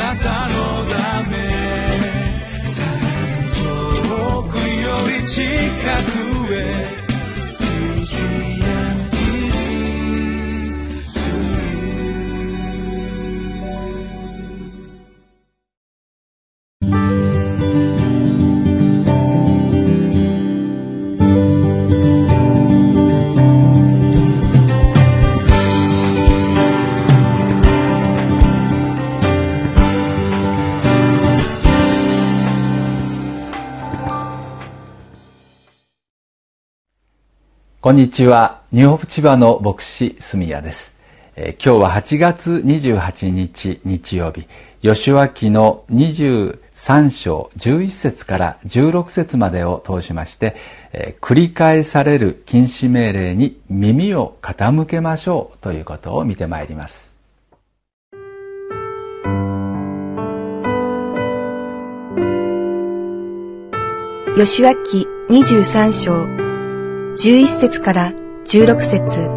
なたのため遠くより近くへこんにちは。ニューホープ千葉の牧師住谷です。今日は8月28日日曜日、ヨシュア記の23章11節から16節までを通しまして、繰り返される禁止命令に耳を傾けましょうということを見てまいります。 ヨシュア記23章11節から16節。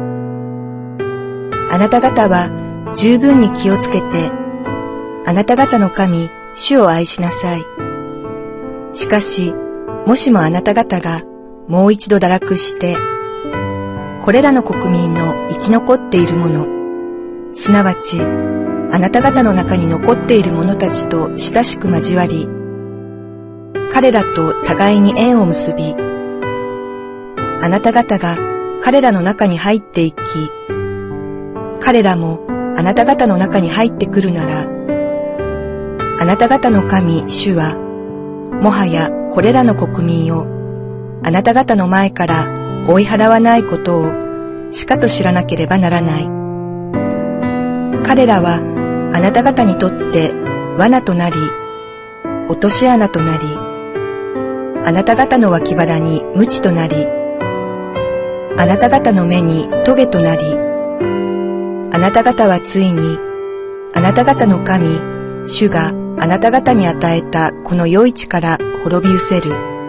あなた方は十分に気をつけて、あなた方の神、主を愛しなさい。しかし、もしもあなた方がもう一度堕落して、これらの国民の生き残っている者、すなわち、あなた方の中に残っている者たちと親しく交わり、彼らと互いに縁を結び、あなた方が彼らの中に入っていき、彼らもあなた方の中に入ってくるなら、あなた方の神、主は、もはやこれらの国民をあなた方の前から追い払わないことをしかと知らなければならない。彼らはあなた方にとって罠となり、落とし穴となり、あなた方の脇腹に鞭となり、あなた方の目に棘となり、あなた方はついに、あなた方の神、主があなた方に与えたこの良い地から滅び失せる。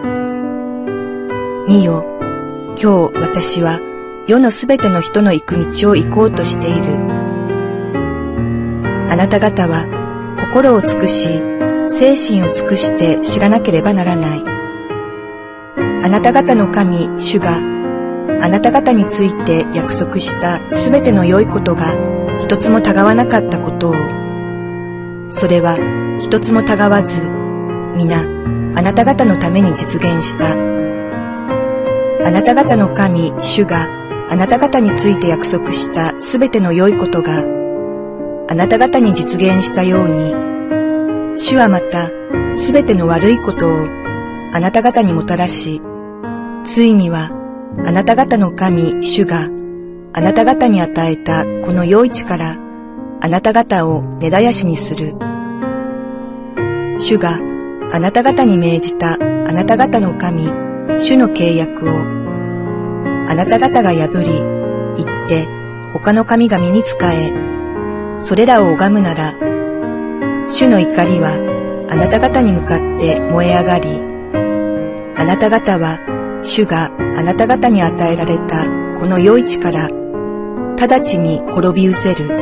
見よ、今日私は世のすべての人の行く道を行こうとしている。あなた方は心を尽くし、精神を尽くして知らなければならない。あなた方の神、主があなた方について約束したすべての良いことが一つもたがわなかったことを、それは一つもたがわず、皆あなた方のために実現した。あなた方の神、主があなた方について約束したすべての良いことがあなた方に実現したように、主はまたすべての悪いことをあなた方にもたらし、ついにはあなた方の神、主があなた方に与えたこの良い地からあなた方を根絶やしにする。主があなた方に命じたあなた方の神、主の契約をあなた方が破り、行って他の神々に仕え、それらを拝むなら、主の怒りはあなた方に向かって燃え上がり、あなた方は主があなた方に与えられたこの良い地から直ちに滅び失せる。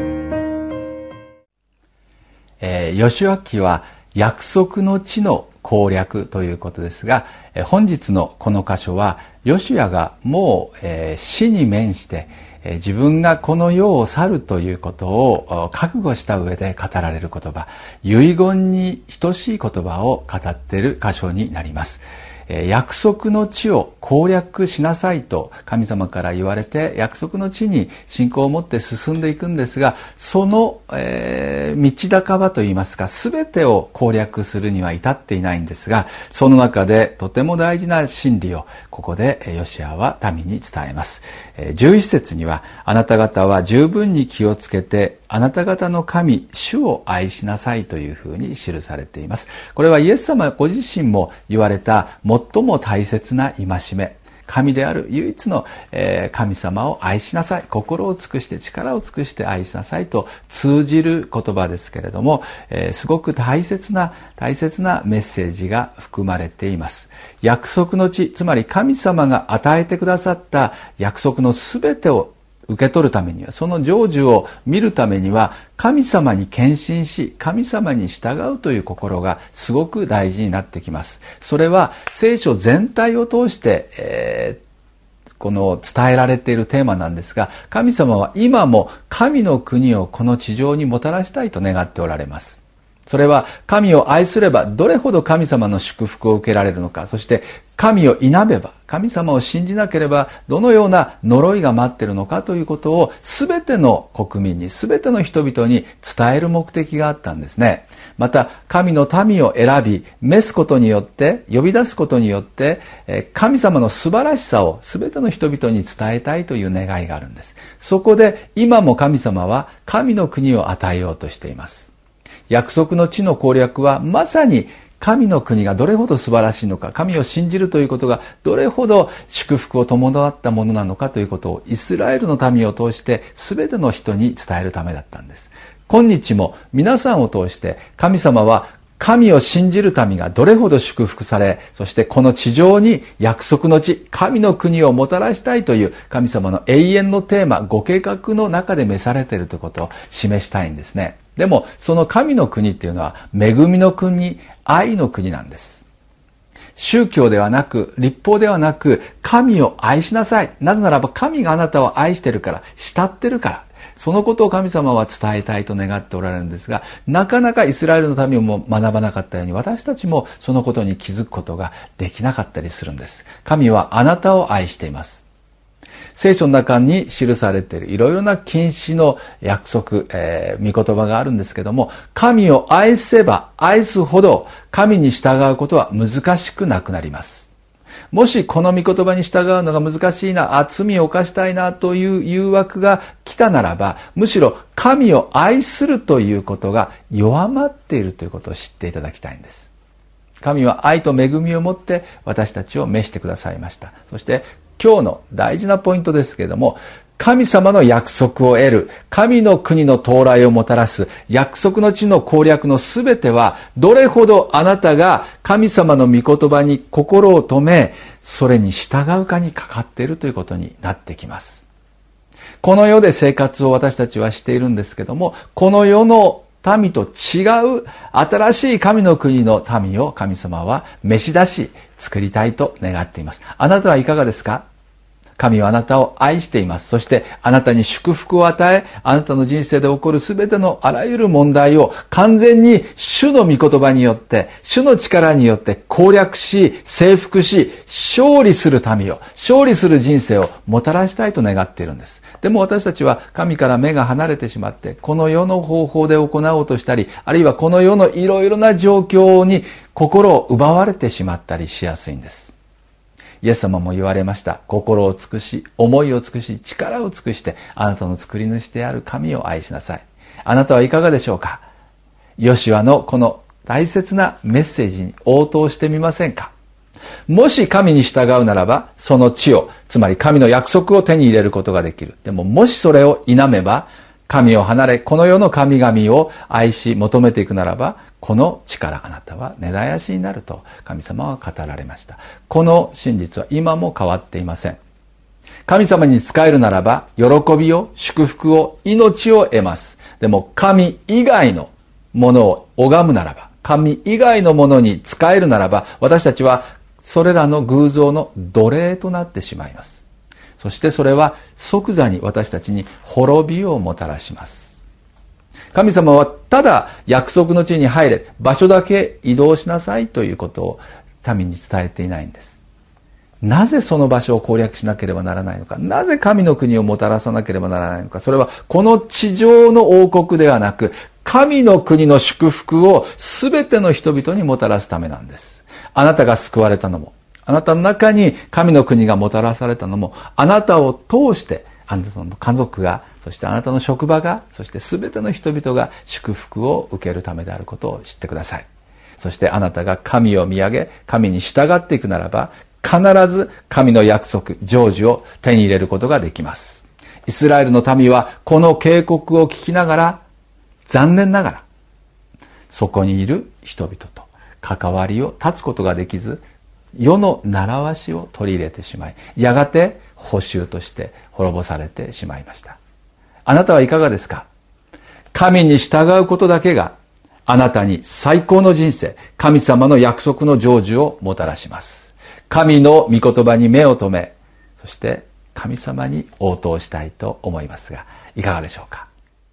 ヨシュア記は約束の地の攻略ということですが、本日のこの箇所はヨシュアがもう死に面して自分がこの世を去るということを覚悟した上で語られる言葉、遺言に等しい言葉を語っている箇所になります。約束の地を攻略しなさいと神様から言われて、約束の地に信仰を持って進んでいくんですが、その、道半ばといいますか、全てを攻略するには至っていないんですが、その中でとても大事な真理をここでヨシュアは民に伝えます。11節には、あなた方は十分に気をつけてあなた方の神主を愛しなさいというふうに記されています。これはイエス様ご自身も言われた最も大切な戒め、神である唯一の神様を愛しなさい、心を尽くして力を尽くして愛しなさいと通じる言葉ですけれども、すごく大切なメッセージが含まれています。約束の地、つまり神様が与えてくださった約束のすべてを受け取るためには、その成就を見るためには、神様に献身し、神様に従うという心がすごく大事になってきます。それは聖書全体を通して、この伝えられているテーマなんですが、神様は今も神の国をこの地上にもたらしたいと願っておられます。それは神を愛すればどれほど神様の祝福を受けられるのか、そして神を否めば、神様を信じなければどのような呪いが待っているのかということを全ての国民に、全ての人々に伝える目的があったんですね。また神の民を選び召すことによって、呼び出すことによって神様の素晴らしさを全ての人々に伝えたいという願いがあるんです。そこで今も神様は神の国を与えようとしています。約束の地の攻略はまさに神の国がどれほど素晴らしいのか、神を信じるということがどれほど祝福を伴ったものなのかということをイスラエルの民を通して全ての人に伝えるためだったんです。今日も皆さんを通して神様は神を信じる民がどれほど祝福され、そしてこの地上に約束の地、神の国をもたらしたいという神様の永遠のテーマ、ご計画の中で召されているということを示したいんですね。でもその神の国っていうのは恵みの国、愛の国なんです。宗教ではなく、律法ではなく、神を愛しなさい。なぜならば神があなたを愛しているから、慕ってるから。そのことを神様は伝えたいと願っておられるんですが、なかなかイスラエルの民も学ばなかったように、私たちもそのことに気づくことができなかったりするんです。神はあなたを愛しています。聖書の中に記されているいろいろな禁止の約束、御言葉があるんですけども、神を愛せば愛すほど神に従うことは難しくなくなります。もしこの御言葉に従うのが難しいな、罪を犯したいなという誘惑が来たならば、むしろ神を愛するということが弱まっているということを知っていただきたいんです。神は愛と恵みを持って私たちを召してくださいました。そして今日の大事なポイントですけれども、神様の約束を得る、神の国の到来をもたらす約束の地の攻略のすべては、どれほどあなたが神様の御言葉に心を留め、それに従うかにかかっているということになってきます。この世で生活を私たちはしているんですけども、この世の民と違う新しい神の国の民を神様は召し出し作りたいと願っています。あなたはいかがですか？神はあなたを愛しています。そしてあなたに祝福を与え、あなたの人生で起こるすべてのあらゆる問題を完全に主の御言葉によって、主の力によって攻略し、征服し、勝利する民を、勝利する人生をもたらしたいと願っているんです。でも私たちは神から目が離れてしまって、この世の方法で行おうとしたり、あるいはこの世のいろいろな状況に心を奪われてしまったりしやすいんです。イエス様も言われました。心を尽くし、思いを尽くし、力を尽くして、あなたの作り主である神を愛しなさい。あなたはいかがでしょうか？ヨシュアのこの大切なメッセージに応答してみませんか？もし神に従うならば、その地を、つまり神の約束を手に入れることができる。でももしそれを否めば、神を離れ、この世の神々を愛し求めていくならば、この地からあなたは根絶やしになると神様は語られました。この真実は今も変わっていません。神様に仕えるならば、喜びを、祝福を、命を得ます。でも神以外のものを拝むならば、神以外のものに仕えるならば、私たちはそれらの偶像の奴隷となってしまいます。そしてそれは即座に私たちに滅びをもたらします。神様はただ約束の地に入れ、場所だけ移動しなさいということを民に伝えていないんです。なぜその場所を攻略しなければならないのか、なぜ神の国をもたらさなければならないのか、それはこの地上の王国ではなく、神の国の祝福を全ての人々にもたらすためなんです。あなたが救われたのも、あなたの中に神の国がもたらされたのも、あなたを通してあなたの家族が、そしてあなたの職場が、そして全ての人々が祝福を受けるためであることを知ってください。そしてあなたが神を見上げ、神に従っていくならば、必ず神の約束、成就を手に入れることができます。イスラエルの民はこの警告を聞きながら、残念ながらそこにいる人々と関わりを断つことができず、世の習わしを取り入れてしまい、やがて報酬として滅ぼされてしまいました。あなたはいかがですか？神に従うことだけがあなたに最高の人生、神様の約束の成就をもたらします。神の御言葉に目を留め、そして神様に応答したいと思いますが、いかがでしょうか？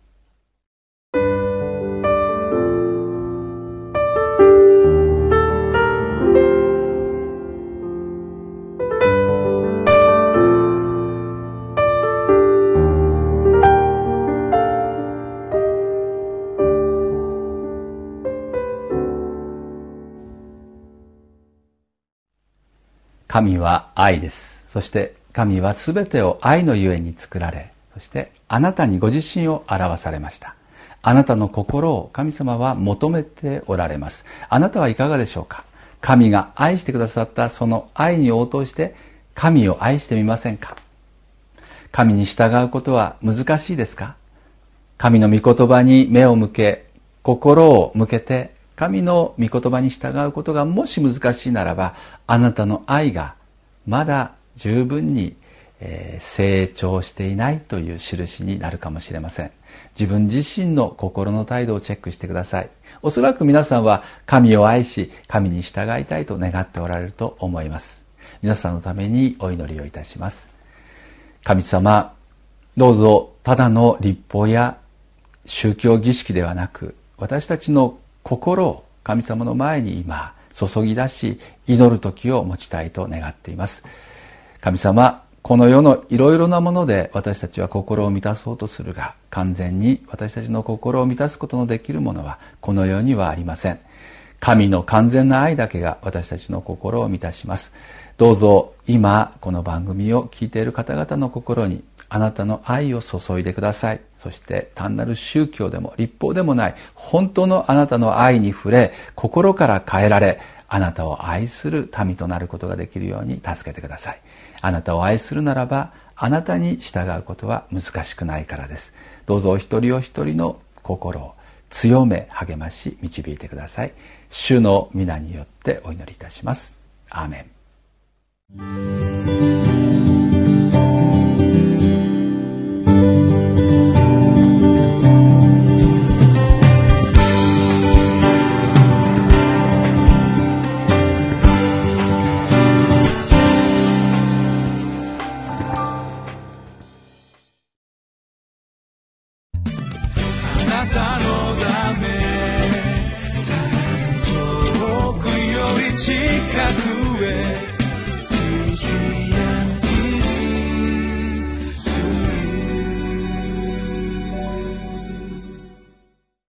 神は愛です。そして神はすべてを愛のゆえに作られ、そしてあなたにご自身を表されました。あなたの心を神様は求めておられます。あなたはいかがでしょうか？神が愛してくださったその愛に応答して神を愛してみませんか？神に従うことは難しいですか？神の御言葉に目を向け、心を向けて神の御言葉に従うことがもし難しいならば、あなたの愛がまだ十分に成長していないという印になるかもしれません。自分自身の心の態度をチェックしてください。おそらく皆さんは神を愛し、神に従いたいと願っておられると思います。皆さんのためにお祈りをいたします。神様、どうぞただの律法や宗教儀式ではなく、私たちの心を神様の前に今注ぎ出し、祈る時を持ちたいと願っています。神様、この世のいろいろなもので私たちは心を満たそうとするが、完全に私たちの心を満たすことのできるものはこの世にはありません。神の完全な愛だけが私たちの心を満たします。どうぞ今この番組を聞いている方々の心にあなたの愛を注いでください。そして単なる宗教でも律法でもない本当のあなたの愛に触れ、心から変えられ、あなたを愛する民となることができるように助けてください。あなたを愛するならば、あなたに従うことは難しくないからです。どうぞお一人お一人の心を強め励まし導いてください。主の皆によってお祈りいたします。アーメン。 あなたのため遠くより近くへ